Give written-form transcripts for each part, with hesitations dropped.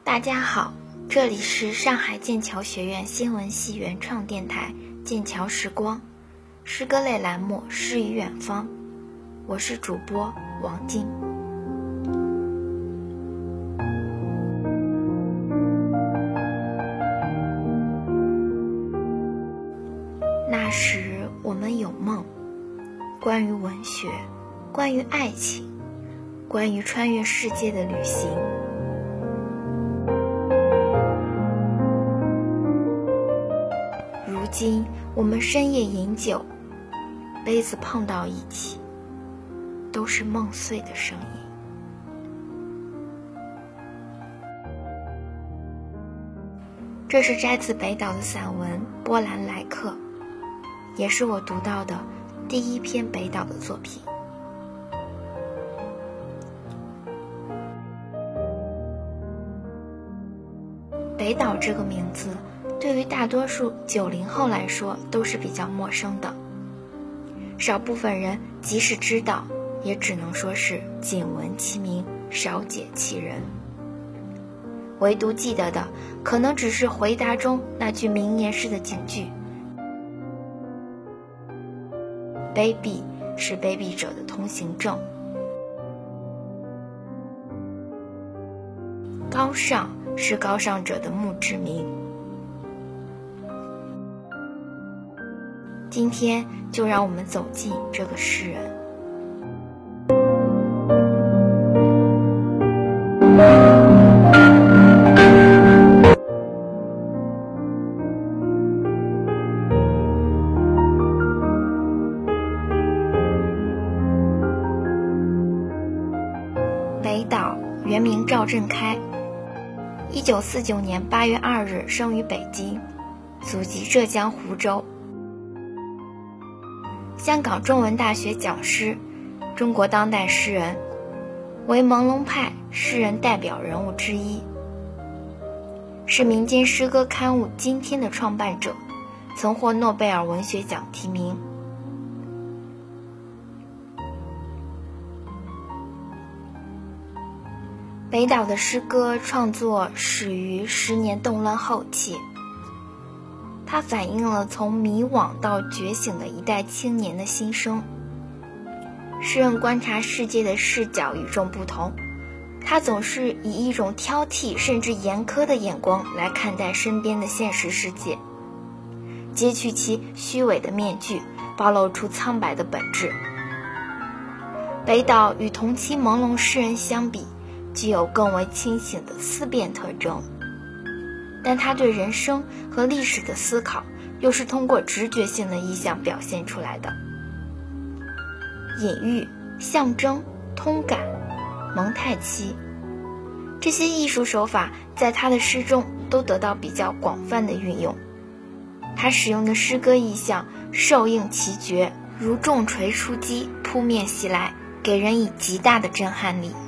大家好，这里是上海剑桥学院新闻系原创电台剑桥时光诗歌类栏目诗与远方，我是主播王晶。那时我们有梦，关于文学，关于爱情，关于穿越世界的旅行。如今我们深夜饮酒，杯子碰到一起，都是梦碎的声音。这是摘自北岛的散文《波兰来客》，也是我读到的第一篇北岛的作品。北岛这个名字对于大多数90后来说都是比较陌生的，少部分人即使知道，也只能说是仅闻其名，少解其人。唯独记得的可能只是回答中那句名言式的警句：卑鄙是卑鄙者的通行证，高尚是高尚者的墓志铭。今天就让我们走进这个诗人。北岛原名赵振开，1949年8月2日生于北京，祖籍浙江湖州。香港中文大学讲师，中国当代诗人，为朦胧派诗人代表人物之一，是民间诗歌刊物《今天》的创办者，曾获诺贝尔文学奖提名。北岛的诗歌创作始于10年动乱后期，它反映了从迷惘到觉醒的一代青年的心声。诗人观察世界的视角与众不同，他总是以一种挑剔甚至严苛的眼光来看待身边的现实世界，揭去其虚伪的面具，暴露出苍白的本质。北岛与同期朦胧诗人相比，具有更为清醒的思辨特征，但他对人生和历史的思考又是通过直觉性的意象表现出来的。隐喻、象征、通感、蒙太奇，这些艺术手法在他的诗中都得到比较广泛的运用。他使用的诗歌意象受应其绝，如重锤出击，扑面袭来，给人以极大的震撼力。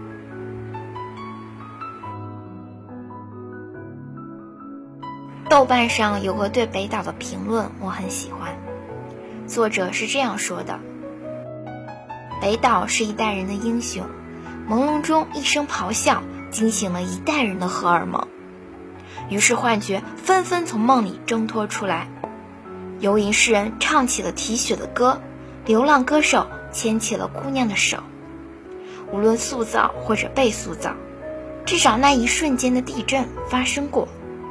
豆瓣上有个对北岛的评论我很喜欢，作者是这样说的：北岛是一代人的英雄，朦胧中一声咆哮惊醒了一代人的荷尔蒙，于是幻觉纷纷从梦里挣脱出来，游吟诗人唱起了啼血的歌，流浪歌手牵起了姑娘的手。无论塑造或者被塑造，至少那一瞬间的地震发生过，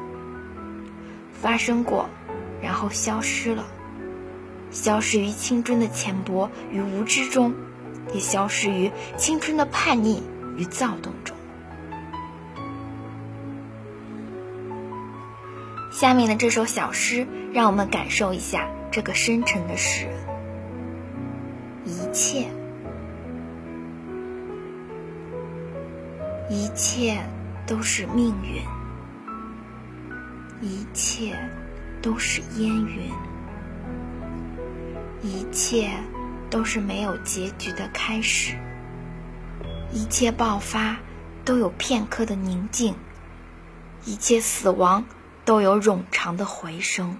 然后消失了，消失于青春的浅薄与无知中，也消失于青春的叛逆与躁动中。下面的这首小诗让我们感受一下这个深沉的诗人。一切都是命运，一切都是烟云，一切都是没有结局的开始，一切爆发都有片刻的宁静，一切死亡都有冗长的回声。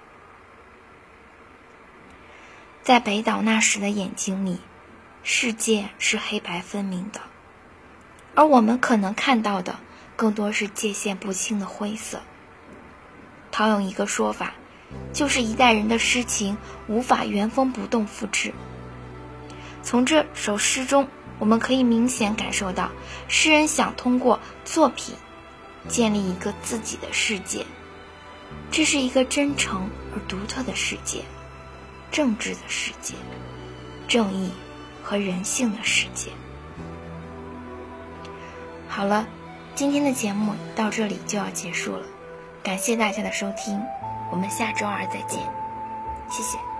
在北岛那时的眼睛里，世界是黑白分明的，而我们可能看到的更多是界限不清的灰色。套用一个说法，就是一代人的诗情无法原封不动复制。从这首诗中，我们可以明显感受到，诗人想通过作品建立一个自己的世界，这是一个真诚而独特的世界，政治的世界，正义和人性的世界。好了，今天的节目到这里就要结束了，感谢大家的收听，我们下周二再见，谢谢。